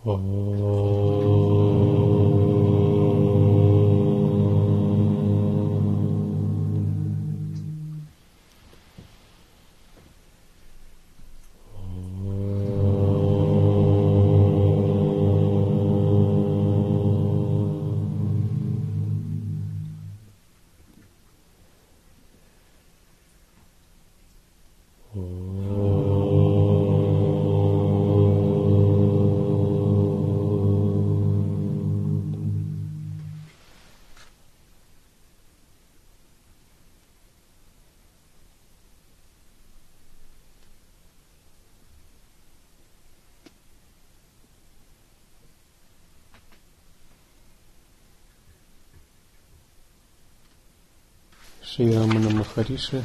Шри Рамана Махариши.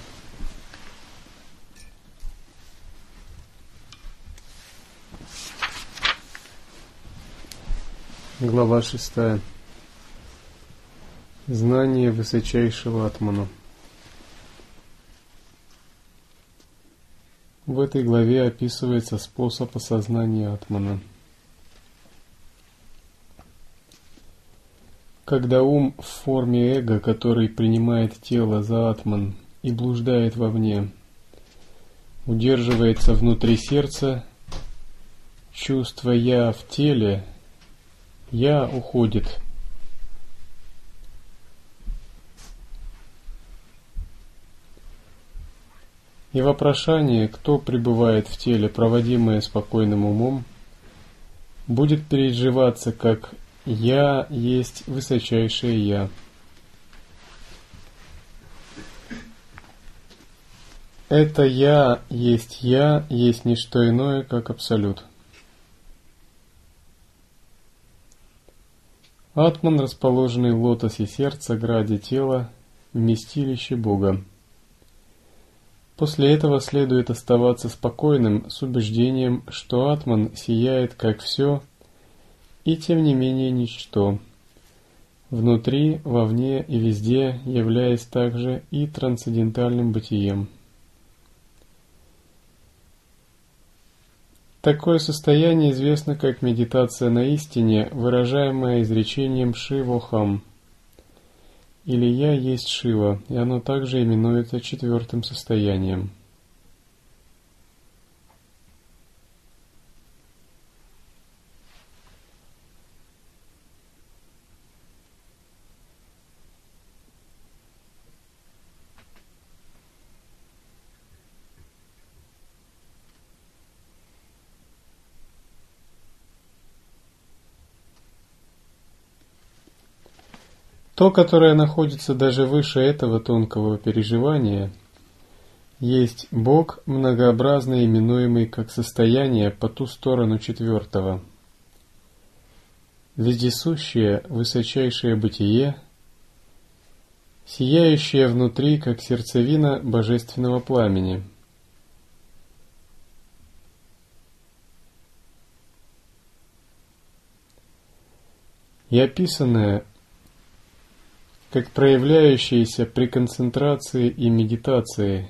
Глава 6. Знание высочайшего Атмана. В этой главе описывается способ осознания Атмана. Когда ум в форме эго, который принимает тело за атман и блуждает вовне, удерживается внутри сердца, чувство «я» в теле, «я» уходит. И вопрошание, кто пребывает в теле, проводимое спокойным умом, будет переживаться как «я» есть высочайшее «я». Это «я» есть не что иное, как Абсолют. Атман, расположенный в лотосе сердца, граде тела, вместилище Бога. После этого следует оставаться спокойным с убеждением, что Атман сияет как все и тем не менее ничто, внутри, вовне и везде, являясь также и трансцендентальным бытием. Такое состояние известно как медитация на истине, выражаемая изречением Шивохам, или «Я есть Шива», и оно также именуется четвертым состоянием. То, которое находится даже выше этого тонкого переживания, есть Бог, многообразно именуемый как состояние по ту сторону четвертого. Вездесущее, высочайшее бытие, сияющее внутри, как сердцевина божественного пламени. И описанное как проявляющееся при концентрации и медитации,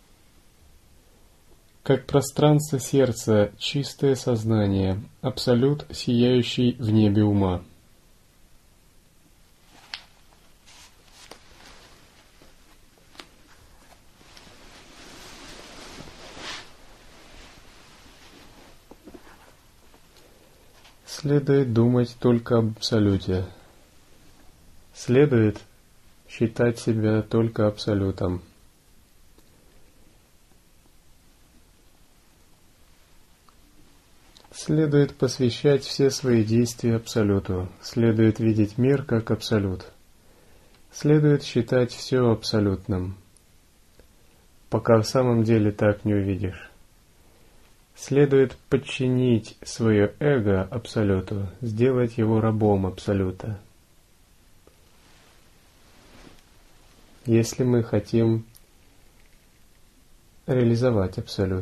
как пространство сердца, чистое сознание, абсолют, сияющий в небе ума. Следует думать только об абсолюте. Следует считать себя только абсолютом. Следует посвящать все свои действия абсолюту. Следует видеть мир как абсолют. Следует считать все абсолютным, пока в самом деле так не увидишь. Следует подчинить свое эго абсолюту, сделать его рабом абсолюта. Если мы хотим реализовать абсолют.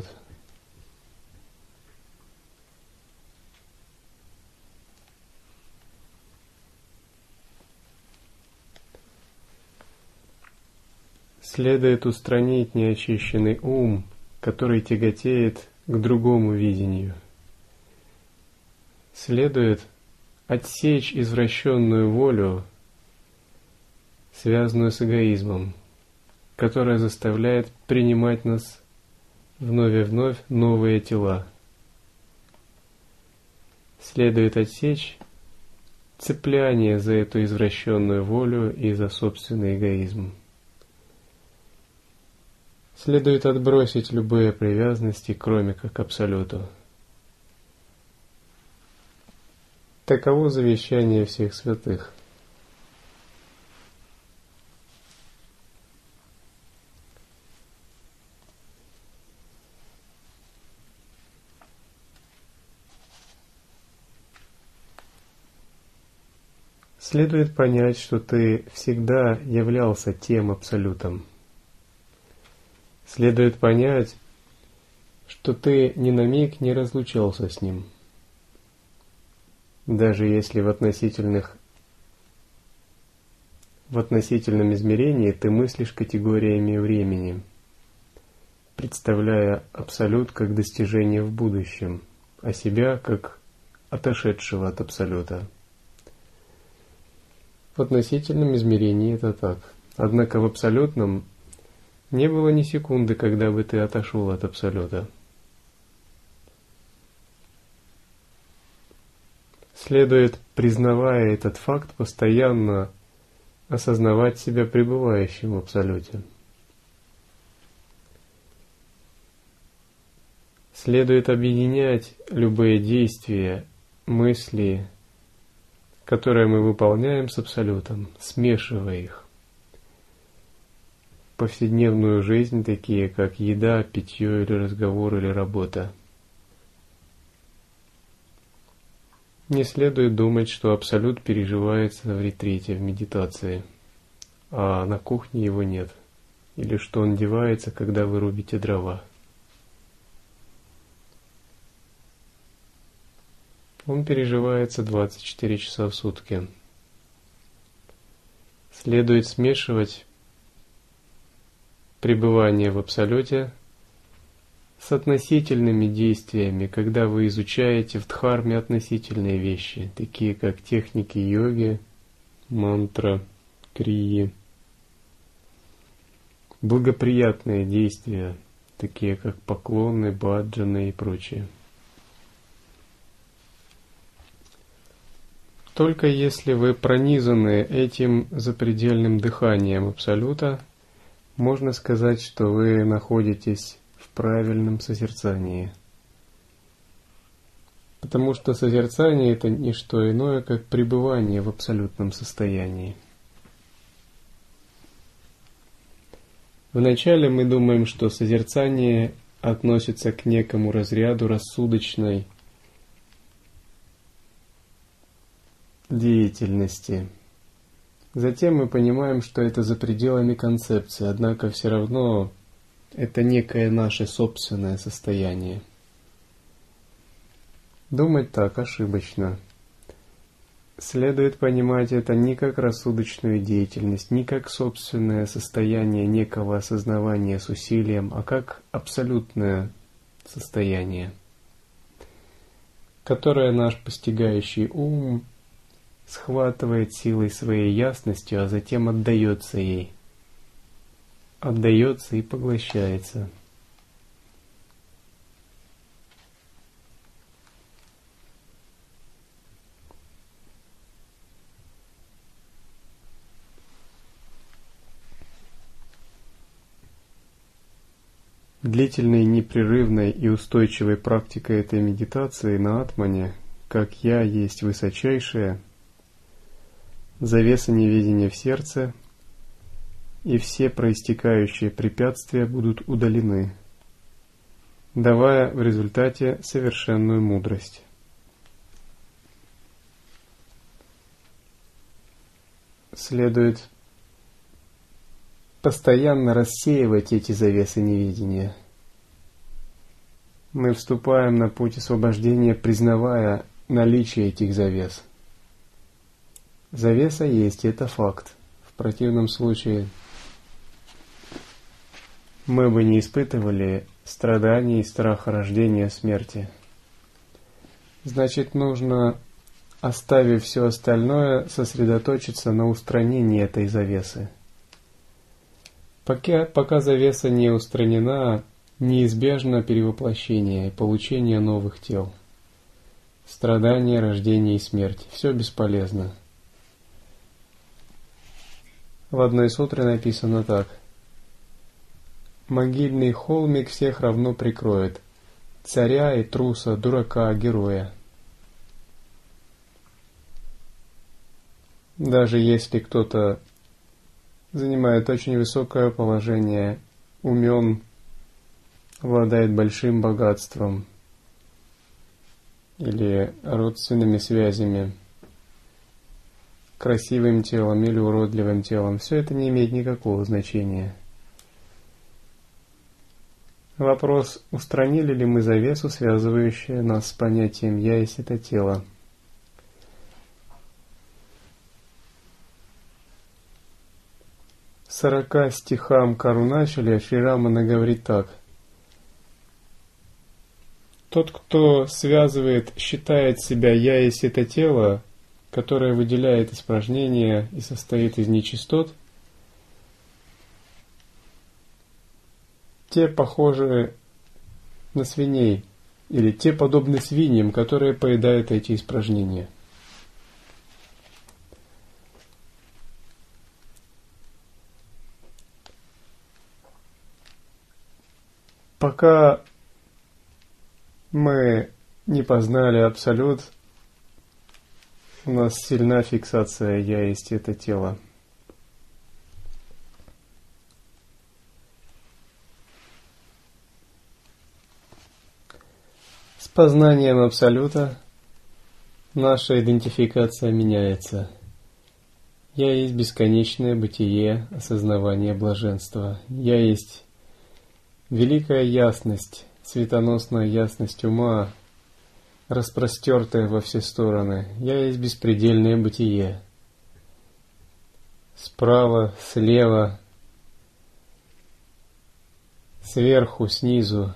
Следует устранить неочищенный ум, который тяготеет к другому видению. следует отсечь извращенную волю, связанную с эгоизмом, которая заставляет принимать нас вновь и вновь новые тела. Следует отсечь цепляние за эту извращенную волю и за собственный эгоизм. Следует отбросить любые привязанности, кроме как к Абсолюту. Таково завещание всех святых. Следует понять, что ты всегда являлся тем Абсолютом. Следует понять, что ты ни на миг не разлучался с ним, даже если в относительном измерении ты мыслишь категориями времени, представляя Абсолют как достижение в будущем, а себя как отошедшего от Абсолюта. В относительном измерении это так. Однако в абсолютном не было ни секунды, когда бы ты отошел от Абсолюта. Следует, признавая этот факт, постоянно осознавать себя пребывающим в Абсолюте. Следует объединять любые действия, мысли, которые мы выполняем с Абсолютом, смешивая их. Повседневную жизнь, такие как еда, питье или разговор или работа. Не следует думать, что Абсолют переживается в ретрите, в медитации, а на кухне его нет, или что он девается, когда вы рубите дрова. Он переживается 24 часа в сутки. Следует смешивать пребывание в Абсолюте с относительными действиями, когда вы изучаете в дхарме относительные вещи, такие как техники йоги, мантра, крии, благоприятные действия, такие как поклоны, баджаны и прочее. Только если вы пронизаны этим запредельным дыханием Абсолюта, можно сказать, что вы находитесь в правильном созерцании. Потому что созерцание – это не что иное, как пребывание в абсолютном состоянии. Вначале мы думаем, что созерцание относится к некому разряду рассудочной деятельности. Затем мы понимаем, что это за пределами концепции, однако все равно это некое наше собственное состояние. Думать так ошибочно. Следует понимать это не как рассудочную деятельность, не как собственное состояние некого осознавания с усилием, а как абсолютное состояние, которое наш постигающий ум схватывает силой своей ясностью, а затем отдается ей. Отдается и поглощается. Длительной, непрерывной и устойчивой практикой этой медитации на атмане, как «Я есть высочайшее», завеса неведения в сердце и все проистекающие препятствия будут удалены, давая в результате совершенную мудрость. Следует постоянно рассеивать эти завесы неведения. Мы вступаем на путь освобождения, признавая наличие этих завес. Завеса есть, это факт. В противном случае мы бы не испытывали страданий и страха рождения, смерти. Значит, нужно, оставив все остальное, сосредоточиться на устранении этой завесы. Пока завеса не устранена, неизбежно перевоплощение и получение новых тел. Страдания, рождение и смерть. Все бесполезно. В одной сутре написано так. Могильный холмик всех равно прикроет. Царя и труса, дурака, героя. Даже если кто-то занимает очень высокое положение, умен, обладает большим богатством или родственными связями, красивым телом или уродливым телом, все это не имеет никакого значения. Вопрос, устранили ли мы завесу, связывающую нас с понятием «я есть это тело». В 40 стихам Каруначали Шри Рамана говорит так. Тот, кто связывает, считает себя «я есть это тело», которое выделяет испражнения и состоит из нечистот, те похожи на свиней, или те подобны свиньям, которые поедают эти испражнения. Пока мы не познали Абсолют, у нас сильна фиксация «я есть это тело». С познанием Абсолюта наша идентификация меняется. Я есть бесконечное бытие, осознавание блаженства. Я есть великая ясность, светоносная ясность ума, распростертая во все стороны. Я есть беспредельное бытие. Справа, слева, сверху, снизу.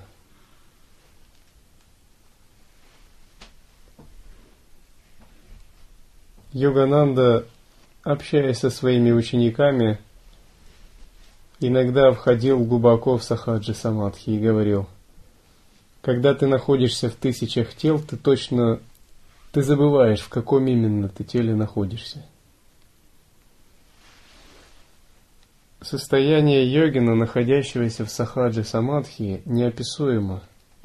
Йогананда, общаясь со своими учениками, иногда входил глубоко в сахаджи самадхи и говорил: когда ты находишься в тысячах тел, ты забываешь, в каком именно ты теле находишься. Состояние йогина, находящегося в сахаджи самадхи, неописуемо.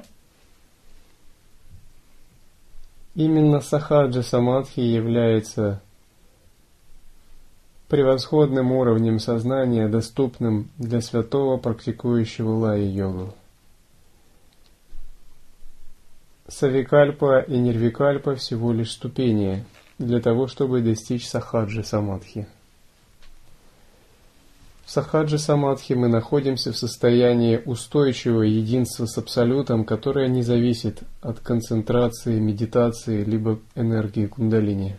Именно сахаджа самадхи является превосходным уровнем сознания, доступным для святого, практикующего лая-йогу. Савикальпа и нирвикальпа всего лишь ступени для того, чтобы достичь сахаджи самадхи. В сахаджи самадхи мы находимся в состоянии устойчивого единства с Абсолютом, которое не зависит от концентрации, медитации, либо энергии кундалини.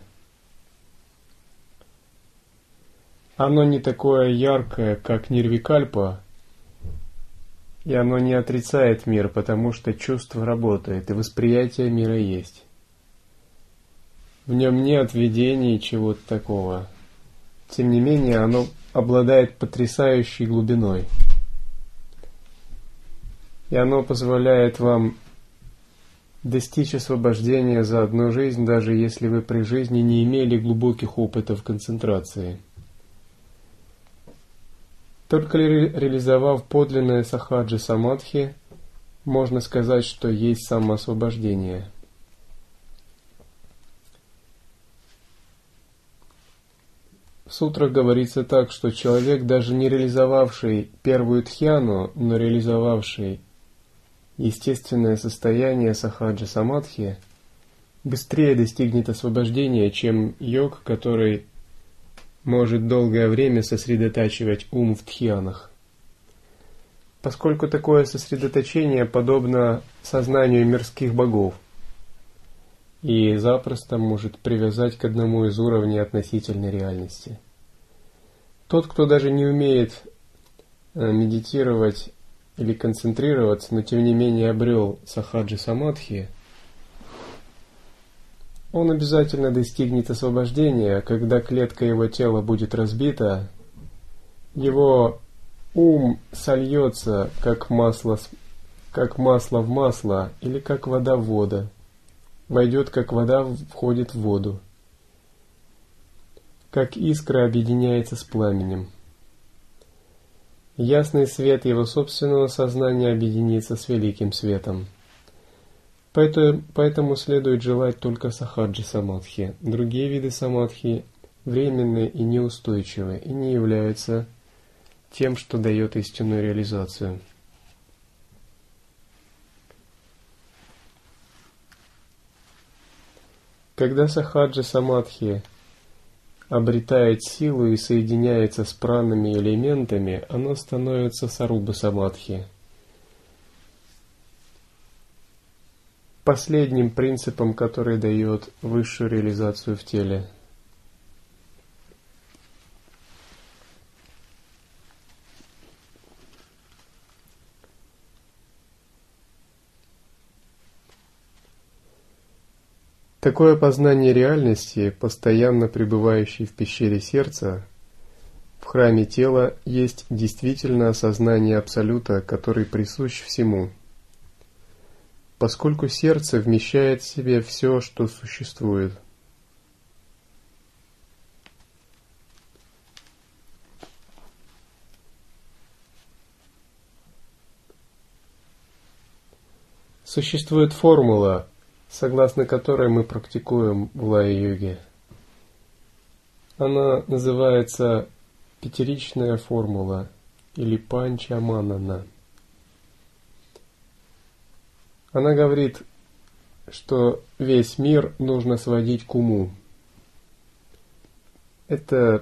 Оно не такое яркое, как нирвикальпа, и оно не отрицает мир, потому что чувство работает, и восприятие мира есть. В нем нет видений чего-то такого. Тем не менее, оно обладает потрясающей глубиной. И оно позволяет вам достичь освобождения за одну жизнь, даже если вы при жизни не имели глубоких опытов концентрации. Только реализовав подлинное сахаджи самадхи, можно сказать, что есть самоосвобождение. В сутрах говорится так, что человек, даже не реализовавший первую дхьяну, но реализовавший естественное состояние сахаджи самадхи, быстрее достигнет освобождения, чем йог, который может долгое время сосредотачивать ум в дхьянах. Поскольку такое сосредоточение подобно сознанию мирских богов и запросто может привязать к одному из уровней относительной реальности. Тот, кто даже не умеет медитировать или концентрироваться, но тем не менее обрел сахаджи самадхи, он обязательно достигнет освобождения, когда клетка его тела будет разбита, его ум сольется, как масло в масло, или как вода в воду, войдет, как вода входит в воду, как искра объединяется с пламенем. Ясный свет его собственного сознания объединится с великим светом. Поэтому следует желать только сахаджи самадхи. Другие виды самадхи временны и неустойчивы, и не являются тем, что дает истинную реализацию. Когда сахаджи самадхи обретает силу и соединяется с пранами и элементами, оно становится саруба самадхи. Последним принципом, который дает высшую реализацию в теле. Такое познание реальности, постоянно пребывающей в пещере сердца, в храме тела, есть действительно осознание Абсолюта, который присущ всему, поскольку сердце вмещает в себе все, что существует. Существует формула, согласно которой мы практикуем в лая-йоге. Она называется пятеричная формула или панчаманана. Она говорит, что весь мир нужно сводить к уму. Это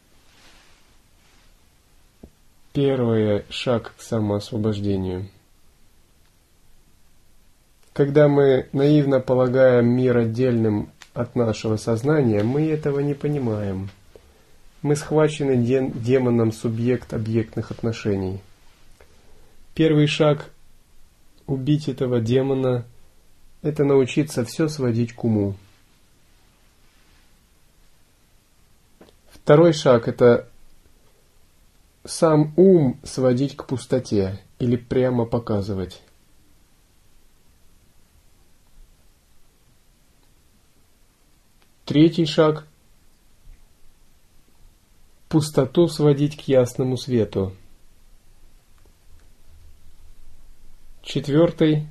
первый шаг к самоосвобождению. Когда мы наивно полагаем мир отдельным от нашего сознания, мы этого не понимаем. Мы схвачены демоном субъект-объектных отношений. Первый шаг убить этого демона – это научиться все сводить к уму. Второй шаг – это сам ум сводить к пустоте или прямо показывать. Третий шаг – пустоту сводить к ясному свету. Четвертый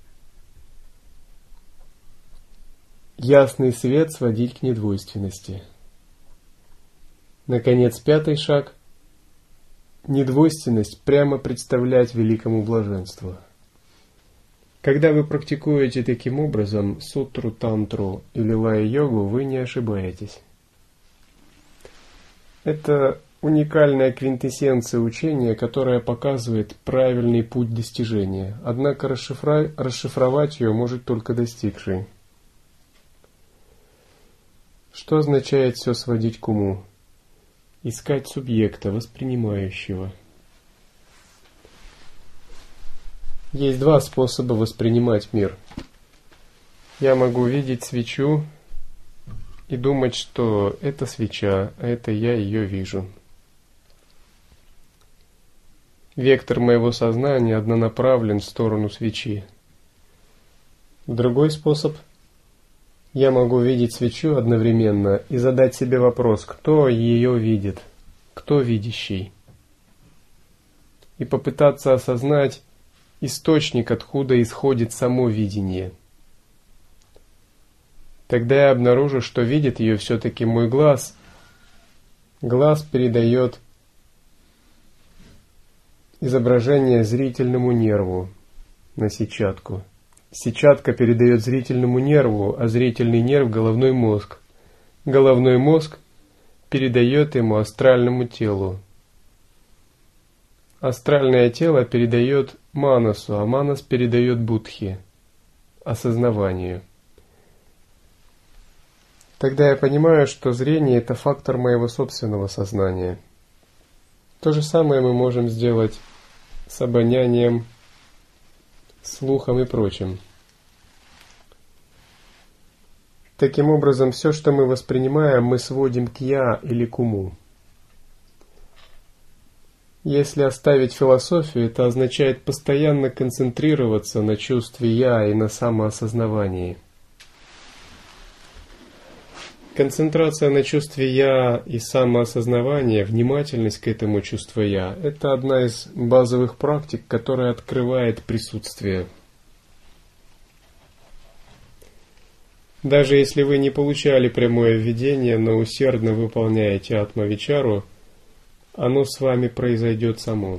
– ясный свет сводить к недвойственности. Наконец, пятый шаг – недвойственность прямо представлять великому блаженству. Когда вы практикуете таким образом сутру, тантру или лая-йогу, вы не ошибаетесь. Это уникальная квинтэссенция учения, которая показывает правильный путь достижения, однако расшифровать ее может только достигший. Что означает все сводить к уму? Искать субъекта, воспринимающего. Есть два способа воспринимать мир. Я могу видеть свечу и думать, что это свеча, а это я ее вижу. Вектор моего сознания однонаправлен в сторону свечи. Другой способ. Я могу видеть свечу одновременно и задать себе вопрос, кто ее видит, кто видящий. И попытаться осознать источник, откуда исходит само видение. Тогда я обнаружу, что видит ее все-таки мой глаз. Глаз передает изображение зрительному нерву на сетчатку. Сетчатка передает зрительному нерву, а зрительный нерв – головной мозг. Головной мозг передает ему астральному телу. Астральное тело передает манасу, а манас передает будхи, осознаванию. Тогда я понимаю, что зрение – это фактор моего собственного сознания. То же самое мы можем сделать с обонянием, слухом и прочим. Таким образом, все, что мы воспринимаем, мы сводим к «я» или к уму. Если оставить философию, это означает постоянно концентрироваться на чувстве «я» и на самоосознавании. Концентрация на чувстве «я» и самоосознавание, внимательность к этому чувству «я» — это одна из базовых практик, которая открывает присутствие. Даже если вы не получали прямое видение, но усердно выполняете атма-вичару, оно с вами произойдет само.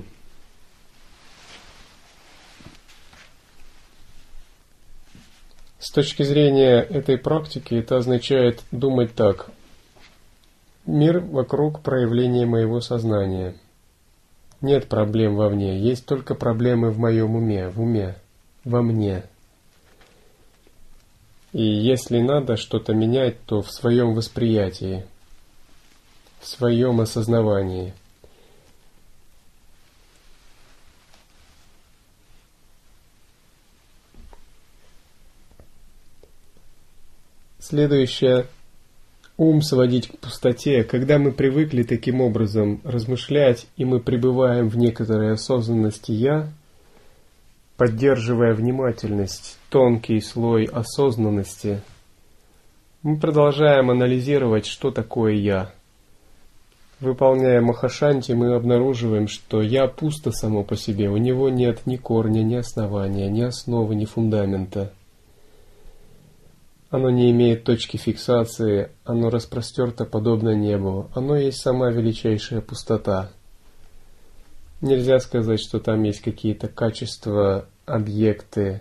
С точки зрения этой практики, это означает думать так. Мир вокруг проявления моего сознания. Нет проблем вовне, есть только проблемы в моем уме, во мне. И если надо что-то менять, то в своем восприятии, в своем осознавании. Следующее – ум сводить к пустоте. Когда мы привыкли таким образом размышлять, и мы пребываем в некоторой осознанности «я», поддерживая внимательность, тонкий слой осознанности, мы продолжаем анализировать, что такое «я». Выполняя махашанти, мы обнаруживаем, что «я» пусто само по себе, у него нет ни корня, ни основания, ни основы, ни фундамента. Оно не имеет точки фиксации, оно распростерто подобно небу, оно есть сама величайшая пустота. Нельзя сказать, что там есть какие-то качества, объекты.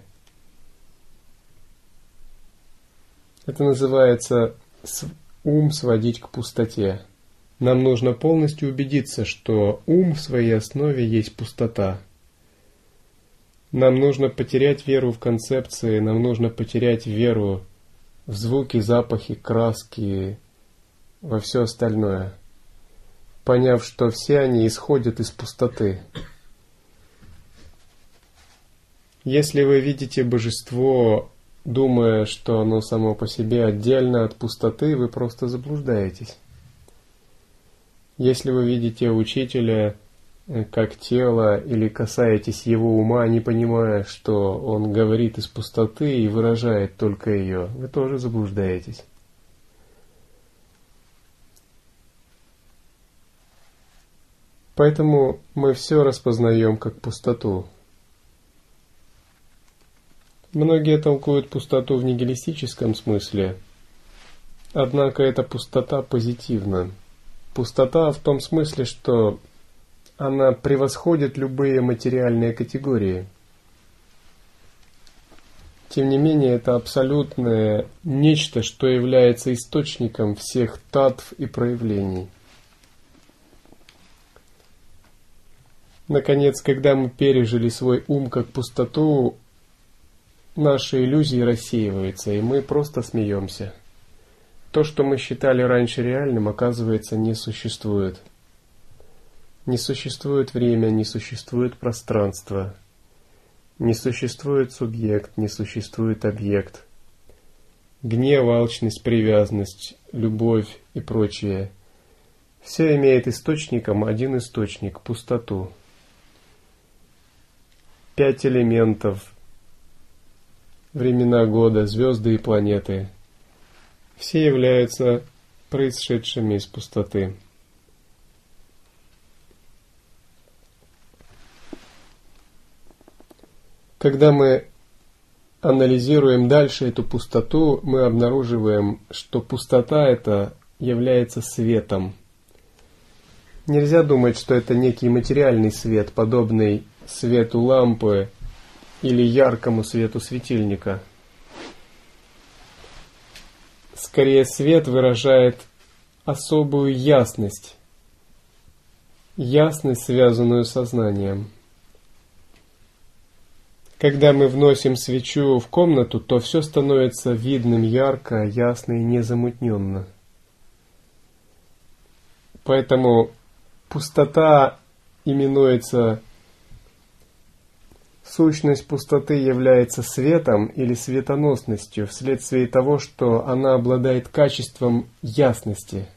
Это называется ум сводить к пустоте. Нам нужно полностью убедиться, что ум в своей основе есть пустота. Нам нужно потерять веру в концепции, нам нужно потерять веру в звуки, запахи, краски, во все остальное, поняв, что все они исходят из пустоты. Если вы видите божество, думая, что оно само по себе отдельно от пустоты, вы просто заблуждаетесь. Если вы видите учителя как тело или касаетесь его ума, не понимая, что он говорит из пустоты и выражает только ее, вы тоже заблуждаетесь. Поэтому мы все распознаем как пустоту. Многие толкуют пустоту в нигилистическом смысле, однако эта пустота позитивна. Пустота в том смысле, что она превосходит любые материальные категории. Тем не менее, это абсолютное нечто, что является источником всех таттв и проявлений. Наконец, когда мы пережили свой ум как пустоту, наши иллюзии рассеиваются, и мы просто смеемся. То, что мы считали раньше реальным, оказывается, не существует. Не существует время, не существует пространство, не существует субъект, не существует объект. Гнев, алчность, привязанность, любовь и прочее – все имеет источником один источник – пустоту. 5 элементов, времена года, звезды и планеты – все являются происшедшими из пустоты. Когда мы анализируем дальше эту пустоту, мы обнаруживаем, что пустота эта является светом. Нельзя думать, что это некий материальный свет, подобный свету лампы или яркому свету светильника. Скорее, свет выражает особую ясность, связанную с сознанием. Когда мы вносим свечу в комнату, то все становится видным ярко, ясно и незамутненно. Поэтому пустота именуется Сущность пустоты является светом или светоносностью вследствие того, что она обладает качеством ясности.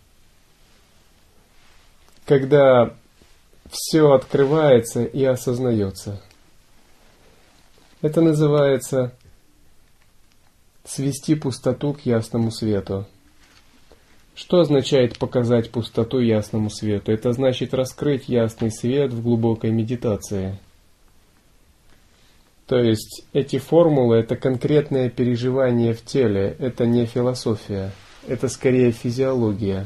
Когда все открывается и осознается. Это называется свести пустоту к ясному свету. Что означает показать пустоту ясному свету? Это значит раскрыть ясный свет в глубокой медитации. То есть эти формулы — это конкретное переживание в теле, это не философия, это скорее физиология.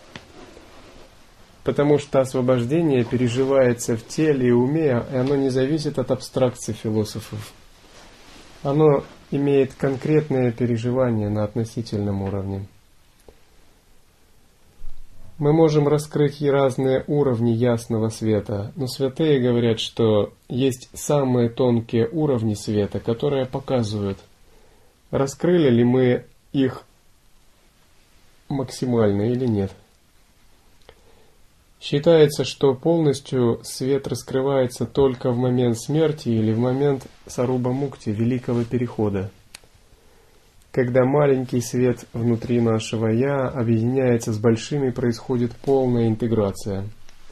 Потому что освобождение переживается в теле и уме, и оно не зависит от абстракций философов. Оно имеет конкретное переживание на относительном уровне. Мы можем раскрыть и разные уровни ясного света, но святые говорят, что есть самые тонкие уровни света, которые показывают, раскрыли ли мы их максимально или нет. Считается, что полностью свет раскрывается только в момент смерти или в момент саруба мукти, великого перехода, когда маленький свет внутри нашего «я» объединяется с большим и происходит полная интеграция.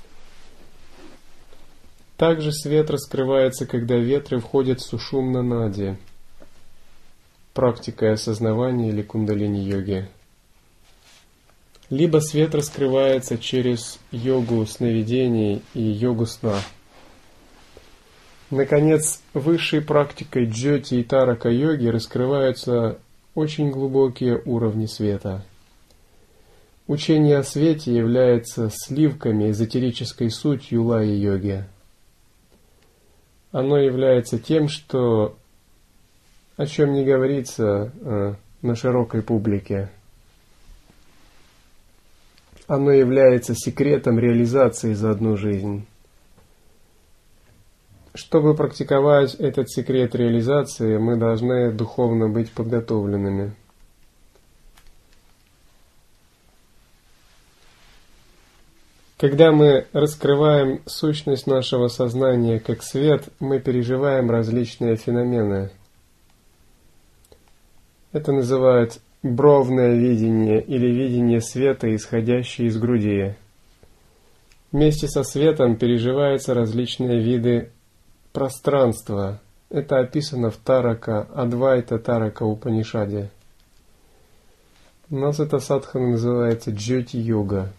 Также свет раскрывается, когда ветры входят в сушумна нади, практикой осознавания или кундалини-йоги. Либо свет раскрывается через йогу сновидений и йогу сна. Наконец, высшей практикой джьоти и тарака-йоги раскрываются очень глубокие уровни света. Учение о свете является сливками эзотерической сутью лая-йоги. Оно является тем, о чем не говорится на широкой публике. Оно является секретом реализации за одну жизнь. Чтобы практиковать этот секрет реализации, мы должны духовно быть подготовленными. Когда мы раскрываем сущность нашего сознания как свет, мы переживаем различные феномены. Это называют бровное видение или видение света, исходящее из груди. Вместе со светом переживаются различные виды пространства. Это описано в Тарака, Адвайта Тарака Упанишаде. У нас эта садхана называется джьоти-йога.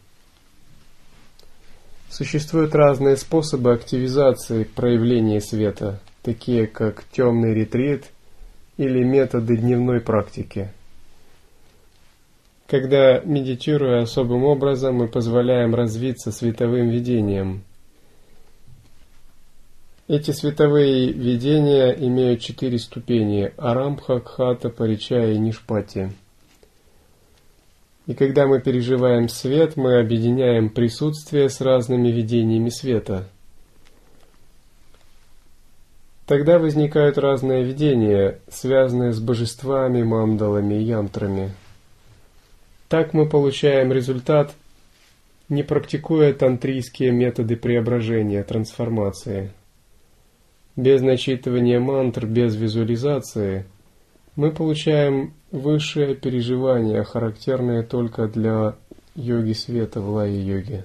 Существуют разные способы активизации проявления света, такие как темный ретрит или методы дневной практики. Когда, медитируя особым образом, мы позволяем развиться световым видением. Эти световые видения имеют 4 ступени – арамбха, кхата, паричая и нишпати. И когда мы переживаем свет, мы объединяем присутствие с разными видениями света. Тогда возникают разные видения, связанные с божествами, мандалами и янтрами. Так мы получаем результат, не практикуя тантрийские методы преображения, трансформации. Без начитывания мантр, без визуализации мы получаем высшее переживание, характерное только для йоги света в лая-йоге.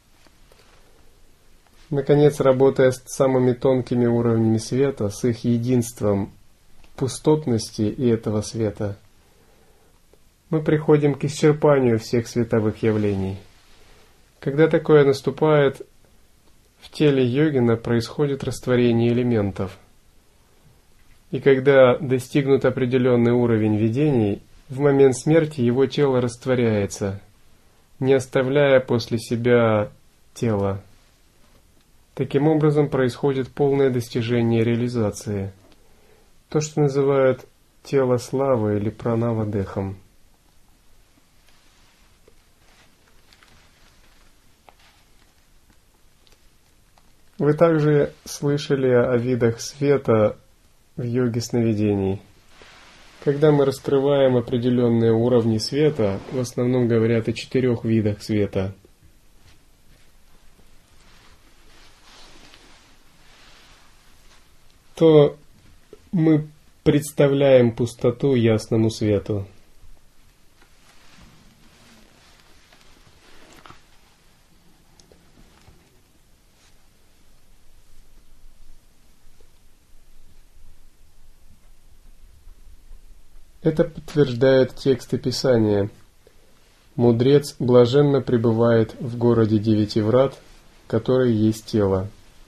Наконец, работая с самыми тонкими уровнями света, с их единством пустотности и этого света, мы приходим к исчерпанию всех световых явлений. Когда такое наступает, в теле йогина происходит растворение элементов. И когда достигнут определенный уровень видений, в момент смерти его тело растворяется, не оставляя после себя тела. Таким образом происходит полное достижение реализации. То, что называют тело славы или пранава-дехом. Вы также слышали о видах света в йоге сновидений. Когда мы раскрываем определенные уровни света, в основном говорят о 4 видах света. то мы представляем пустоту ясному свету. Это подтверждают тексты Писания. Мудрец блаженно пребывает в городе девяти врат, который есть тело.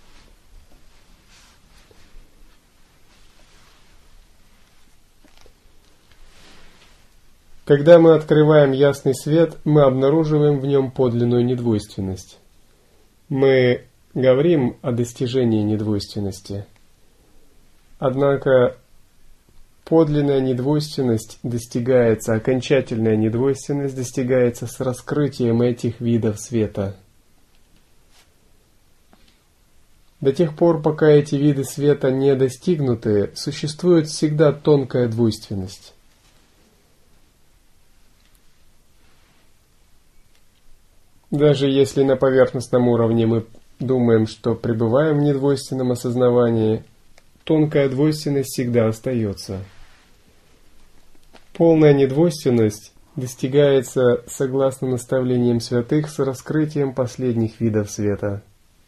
Когда мы открываем ясный свет, мы обнаруживаем в нем подлинную недвойственность. Мы говорим о достижении недвойственности. Однако подлинная недвойственность достигается, окончательная недвойственность достигается с раскрытием этих видов света. До тех пор, пока эти виды света не достигнуты, существует всегда тонкая двойственность. Даже если на поверхностном уровне мы думаем, что пребываем в недвойственном осознавании, тонкая двойственность всегда остается. Полная недвойственность достигается согласно наставлениям святых с раскрытием последних видов света.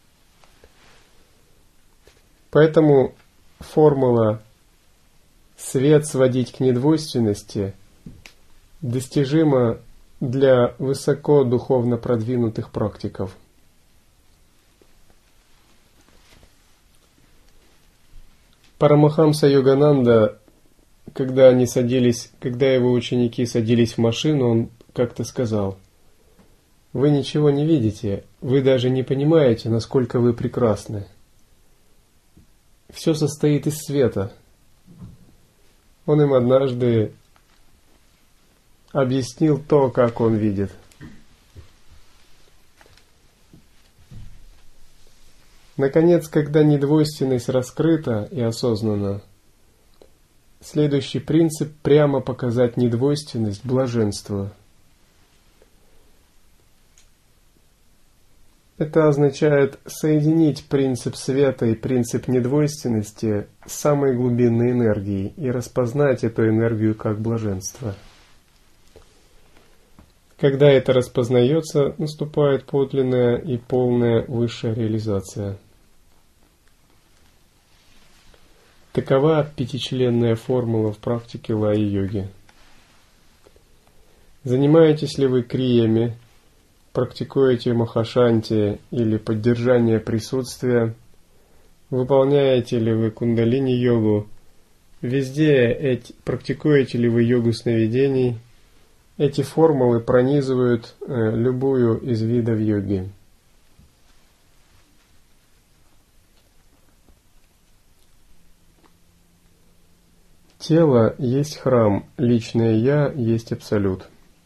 Поэтому формула «свет сводить к недвойственности» достижима для высоко духовно продвинутых практиков. Парамахамса Йогананда, когда его ученики садились в машину, он как-то сказал: «Вы ничего не видите, вы даже не понимаете, насколько вы прекрасны. Все состоит из света». Он им однажды объяснил то, как он видит. Наконец, когда недвойственность раскрыта и осознана, следующий принцип — прямо показать недвойственность блаженства. Это означает соединить принцип света и принцип недвойственности с самой глубинной энергией и распознать эту энергию как блаженство. Когда это распознается, наступает подлинная и полная высшая реализация. Такова пятичленная формула в практике лай-йоги. Занимаетесь ли вы криями, практикуете махашанти или поддержание присутствия, выполняете ли вы кундалини-йогу, практикуете ли вы йогу сновидений, эти формулы пронизывают любую из видов йоги. Тело есть храм, личное «я» есть абсолют.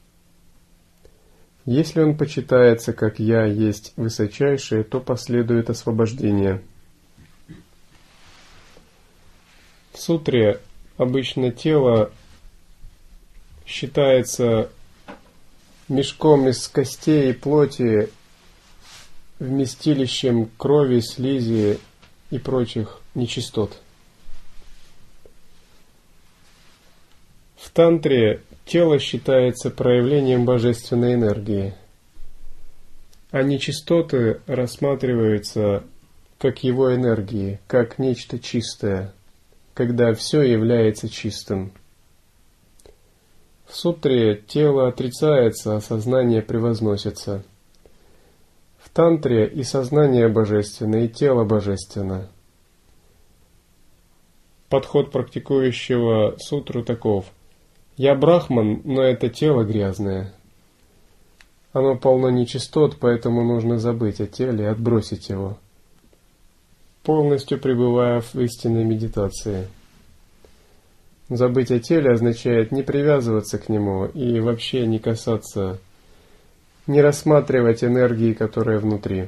Если он почитается как «я» есть высочайшее, то последует освобождение. В сутре обычно тело считается мешком из костей и плоти, вместилищем крови, слизи и прочих нечистот. В тантре тело считается проявлением божественной энергии, а нечистоты рассматриваются как его энергии, как нечто чистое, когда все является чистым. В сутре тело отрицается, а сознание превозносится. В тантре и сознание божественно, и тело божественно. Подход практикующего сутру таков: «Я брахман, но это тело грязное. Оно полно нечистот, поэтому нужно забыть о теле и отбросить его, полностью пребывая в истинной медитации». Забыть о теле означает не привязываться к нему и вообще не касаться, не рассматривать энергии, которые внутри.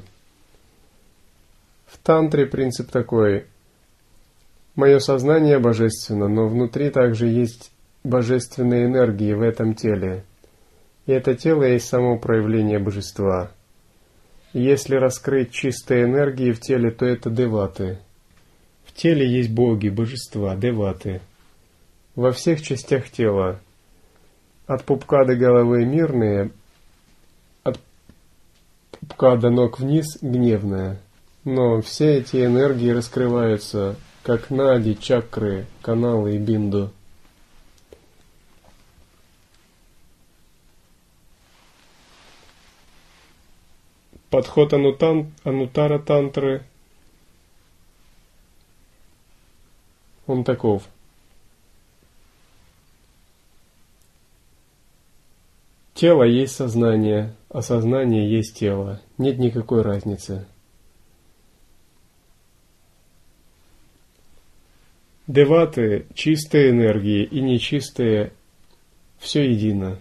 В тантре принцип такой: мое сознание божественно, но внутри также есть божественные энергии в этом теле, и это тело есть само проявление божества. И если раскрыть чистые энергии в теле, то это деваты. В теле есть боги, божества, деваты. Во всех частях тела, от пупка до головы мирные, от пупка до ног вниз гневные. Но все эти энергии раскрываются, как нади, чакры, каналы и бинду. Подход Анутара тантры, он таков. Тело есть сознание, а сознание есть тело. Нет никакой разницы. Деваты, чистые энергии и нечистые, все едино.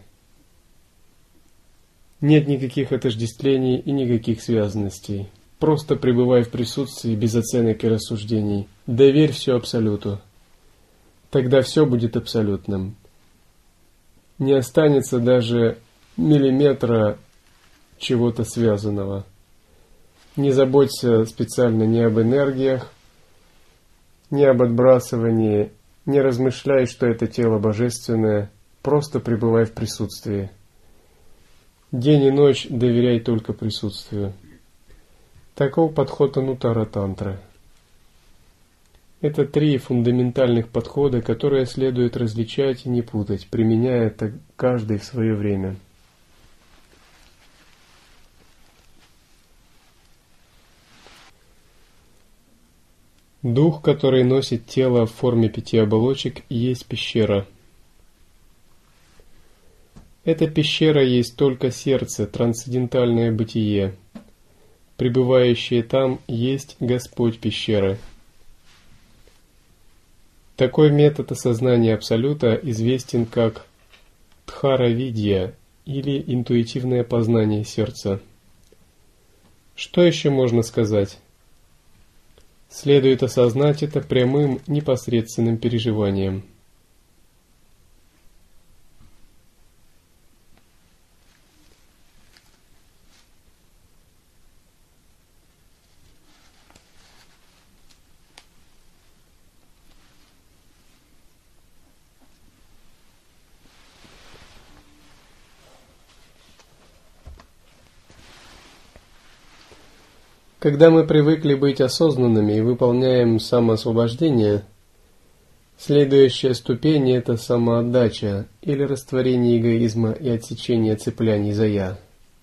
Нет никаких отождествлений и никаких связанностей. Просто пребывай в присутствии без оценок и рассуждений. Доверь все Абсолюту. Тогда все будет абсолютным. Не останется даже миллиметра чего-то связанного. Не заботься специально ни об энергиях, ни об отбрасывании, не размышляй, что это тело божественное, просто пребывай в присутствии. День и ночь доверяй только присутствию. Таков подход Анутара тантры. Это 3 фундаментальных подхода, которые следует различать и не путать, применяя это каждый в свое время. Дух, который носит тело в форме 5 оболочек, есть пещера. Эта пещера есть только сердце, трансцендентальное бытие. Пребывающее там есть Господь пещеры. Такой метод осознания Абсолюта известен как Дхара-видья или интуитивное познание сердца. Что еще можно сказать? Следует осознать это прямым, непосредственным переживанием. Когда мы привыкли быть осознанными и выполняем самоосвобождение, следующая ступень – это самоотдача или растворение эгоизма и отсечение цепляний за «я».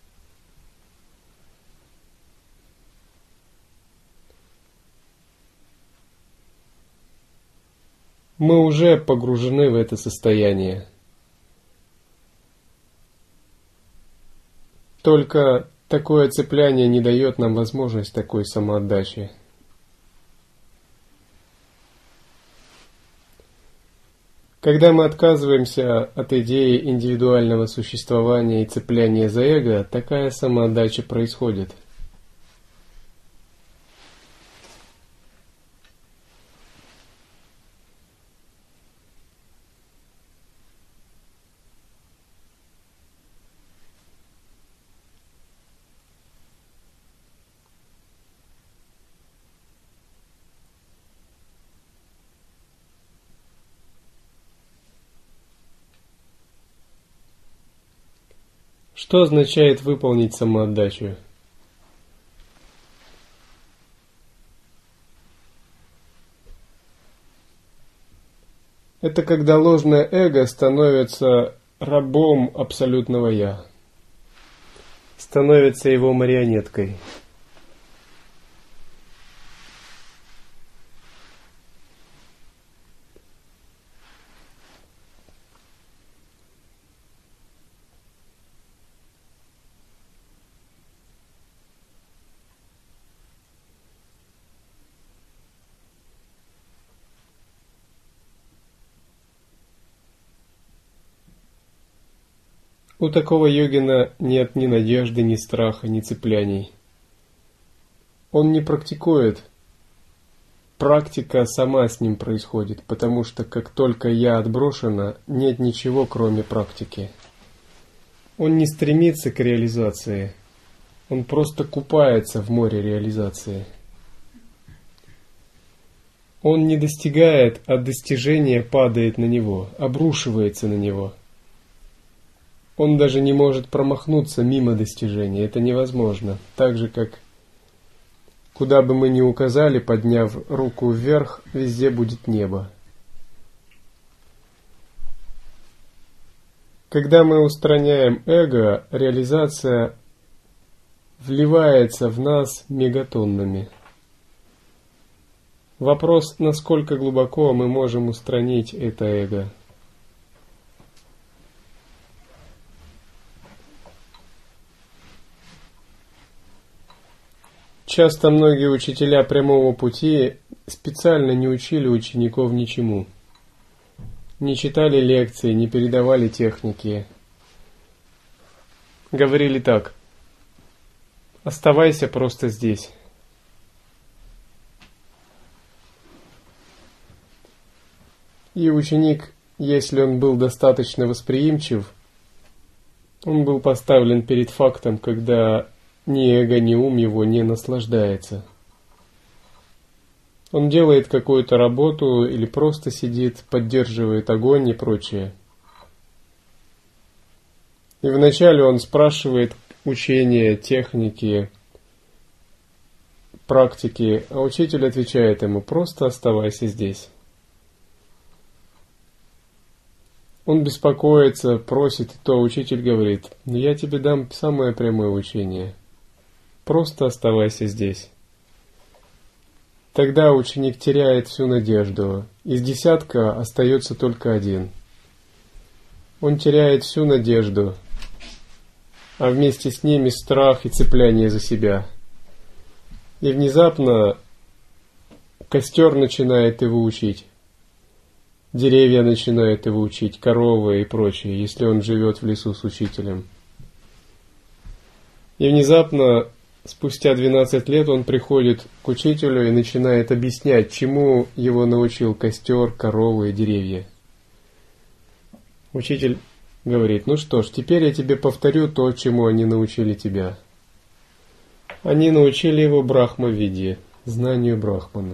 Мы уже погружены в это состояние. Только такое цепляние не дает нам возможность такой самоотдачи. Когда мы отказываемся от идеи индивидуального существования и цепляния за эго, такая самоотдача происходит. Что означает выполнить самоотдачу? Это когда ложное эго становится рабом абсолютного «я», становится его марионеткой. У такого йогина нет ни надежды, ни страха, ни цепляний. Он не практикует. Практика сама с ним происходит, потому что как только «я» отброшено, нет ничего, кроме практики. Он не стремится к реализации. Он просто купается в море реализации. Он не достигает, а достижение падает на него, обрушивается на него. Он даже не может промахнуться мимо достижения, это невозможно. Так же, как куда бы мы ни указали, подняв руку вверх, везде будет небо. Когда мы устраняем эго, реализация вливается в нас мегатоннами. Вопрос, насколько глубоко мы можем устранить это эго. Часто многие учителя прямого пути специально не учили учеников ничему. Не читали лекции, не передавали техники. Говорили так: оставайся просто здесь. И ученик, если он был достаточно восприимчив, он был поставлен перед фактом, когда ни эго, ни ум его не наслаждается. Он делает какую-то работу или просто сидит, поддерживает огонь и прочее. И вначале он спрашивает учения, техники, практики, а учитель отвечает ему: просто оставайся здесь. Он беспокоится, просит, и то учитель говорит: ну я тебе дам самое прямое учение. Просто оставайся здесь. Тогда ученик теряет всю надежду. Из десятка остается только один. Он теряет всю надежду, а вместе с ними страх и цепляние за себя. И внезапно костер начинает его учить. Деревья начинают его учить, коровы и прочее, если он живет в лесу с учителем. И внезапно, спустя 12 лет, он приходит к учителю и начинает объяснять, чему его научил костер, коровы и деревья. Учитель говорит: ну что ж, теперь я тебе повторю то, чему они научили тебя. Они научили его Брахма-видье, знанию Брахмана.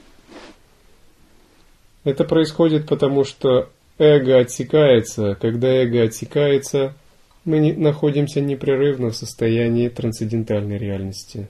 Это происходит потому, что эго отсекается. Когда эго отсекается, мы находимся непрерывно в состоянии трансцендентальной реальности.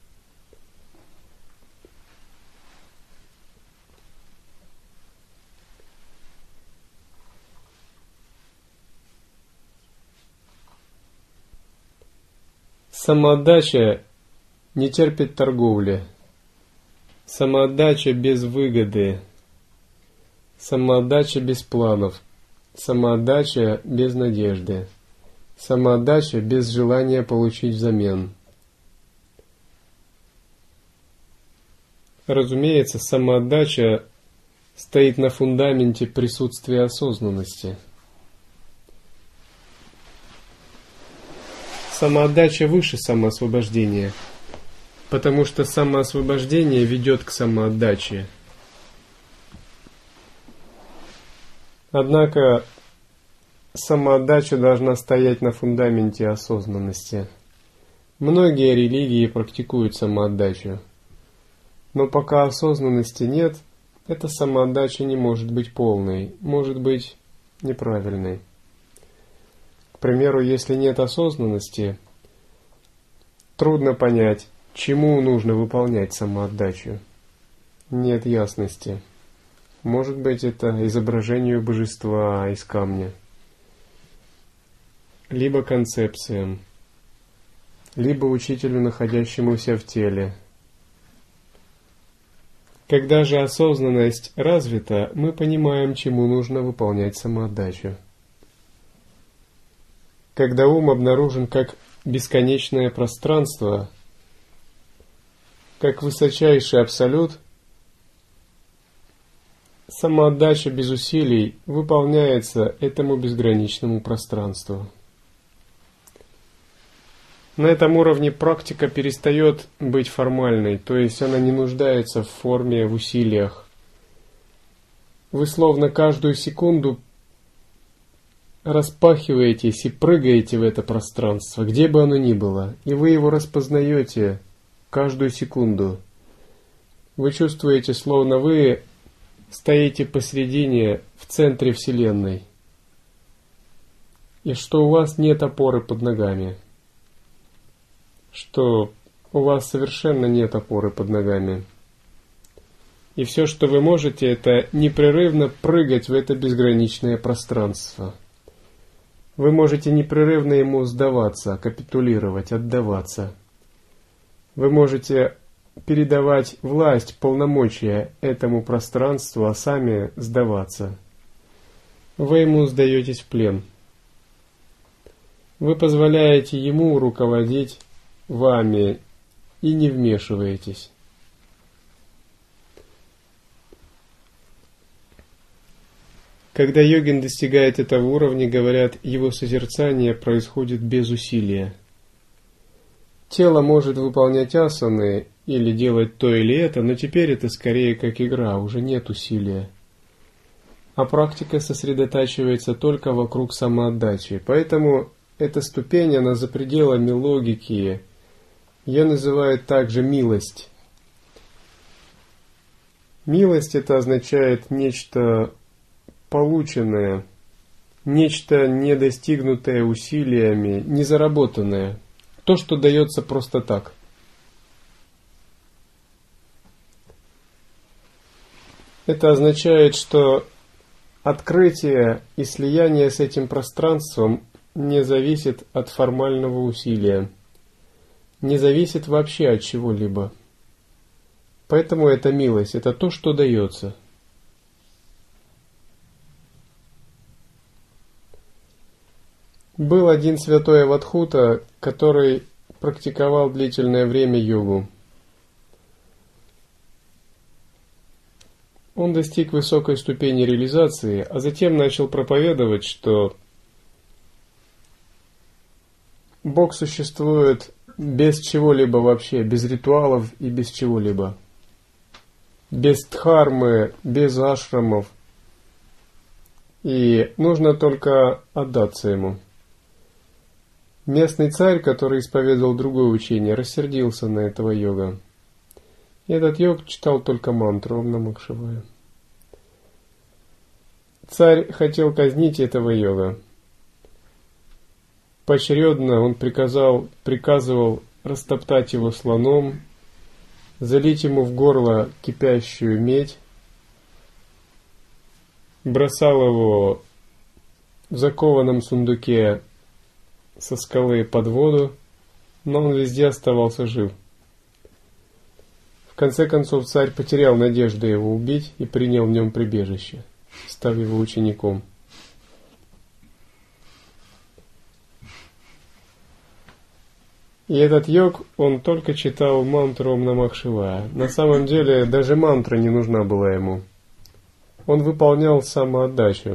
Самоотдача не терпит торговли. Самоотдача без выгоды. Самоотдача без планов. Самоотдача без надежды. Самоотдача без желания получить взамен. Разумеется, самоотдача стоит на фундаменте присутствия осознанности. Самоотдача выше самоосвобождения, потому что самоосвобождение ведет к самоотдаче. Однако самоотдача должна стоять на фундаменте осознанности. Многие религии практикуют самоотдачу, но пока осознанности нет, эта самоотдача не может быть полной, может быть неправильной. К примеру, если нет осознанности, трудно понять, чему нужно выполнять самоотдачу. Нет ясности. Может быть, это изображению божества из камня, либо концепциям, либо учителю, находящемуся в теле. Когда же осознанность развита, мы понимаем, чему нужно выполнять самоотдачу. Когда ум обнаружен как бесконечное пространство, как высочайший абсолют, самоотдача без усилий выполняется этому безграничному пространству. На этом уровне практика перестает быть формальной, то есть она не нуждается в форме, в усилиях. Вы словно каждую секунду распахиваетесь и прыгаете в это пространство, где бы оно ни было, и вы его распознаете каждую секунду. Вы чувствуете, словно вы стоите посередине, в центре Вселенной, и что у вас нет опоры под ногами, что у вас совершенно нет опоры под ногами. И все, что вы можете, это непрерывно прыгать в это безграничное пространство. Вы можете непрерывно ему сдаваться, капитулировать, отдаваться. Вы можете передавать власть, полномочия этому пространству, а сами сдаваться. Вы ему сдаетесь в плен. Вы позволяете ему руководить вами и не вмешиваетесь. Когда йогин достигает этого уровня, говорят, его созерцание происходит без усилия. Тело может выполнять асаны или делать то или это, но теперь это скорее как игра, уже нет усилия. А практика сосредотачивается только вокруг самоотдачи. Поэтому эта ступень, она за пределами логики. Ее называют также милость. Милость это означает нечто полученное, нечто недостигнутое усилиями, незаработанное. То, что дается просто так. Это означает, что открытие и слияние с этим пространством не зависит от формального усилия, не зависит вообще от чего-либо. Поэтому это милость, это то, что дается. Был один святой Авадхута, который практиковал длительное время йогу. Он достиг высокой ступени реализации, а затем начал проповедовать, что Бог существует без чего-либо вообще, без ритуалов и без чего-либо. Без дхармы, без ашрамов. И нужно только отдаться ему. Местный царь, который исповедовал другое учение, рассердился на этого йога. И этот йог читал только мантру Ом Намах Шивая. Царь хотел казнить этого йога. Поочередно он приказывал растоптать его слоном, залить ему в горло кипящую медь, бросал его в закованном сундуке со скалы под воду, но он везде оставался жив. В конце концов царь потерял надежду его убить и принял в нем прибежище, став его учеником. И этот йог, он только читал мантру Ом Намах Шивая. На самом деле даже мантра не нужна была ему. Он выполнял самоотдачу.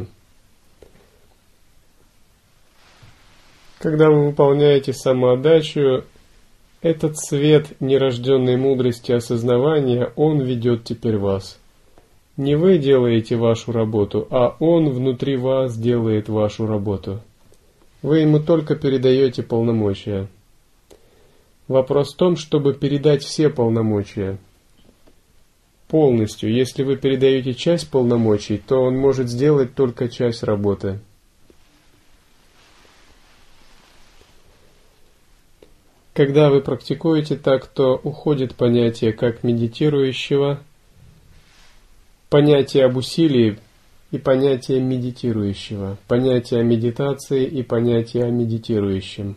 Когда вы выполняете самоотдачу, этот свет нерожденной мудрости осознавания, он ведет теперь вас. Не вы делаете вашу работу, а он внутри вас делает вашу работу. Вы ему только передаете полномочия. Вопрос в том, чтобы передать все полномочия. Полностью. Если вы передаете часть полномочий, то он может сделать только часть работы. Когда вы практикуете так, то уходит понятие как медитирующего, понятие об усилии и понятие медитирующего, понятие о медитации и понятие о медитирующем.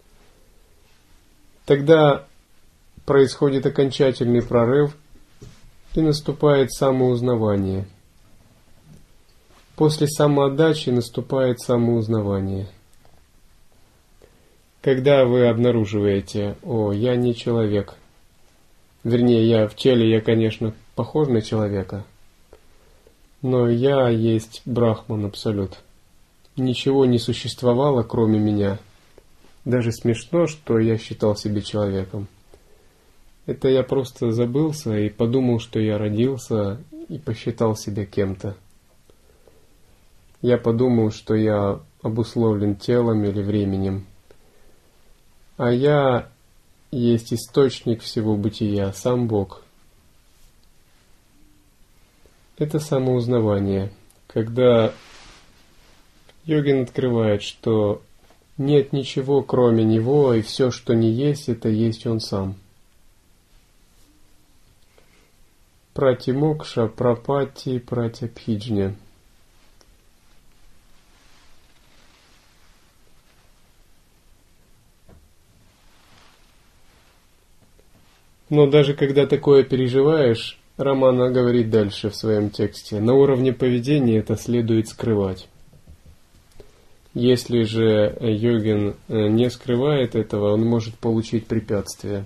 Тогда происходит окончательный прорыв и наступает самоузнавание. После самоотдачи наступает самоузнавание. Когда вы обнаруживаете, я не человек. Вернее, я в теле, конечно, похож на человека. Но я есть Брахман Абсолют. Ничего не существовало, кроме меня. Даже смешно, что я считал себя человеком. Это я просто забылся и подумал, что я родился и посчитал себя кем-то. Я подумал, что я обусловлен телом или временем. А я есть источник всего бытия, сам Бог. это самоузнавание, когда йогин открывает, что нет ничего кроме него, и все, что не есть, это есть он сам. Пратимокша, прапати, пратябхиджня. Но даже когда такое переживаешь, Рамана говорит дальше в своем тексте, на уровне поведения это следует скрывать. Если же йогин не скрывает этого, он может получить препятствие.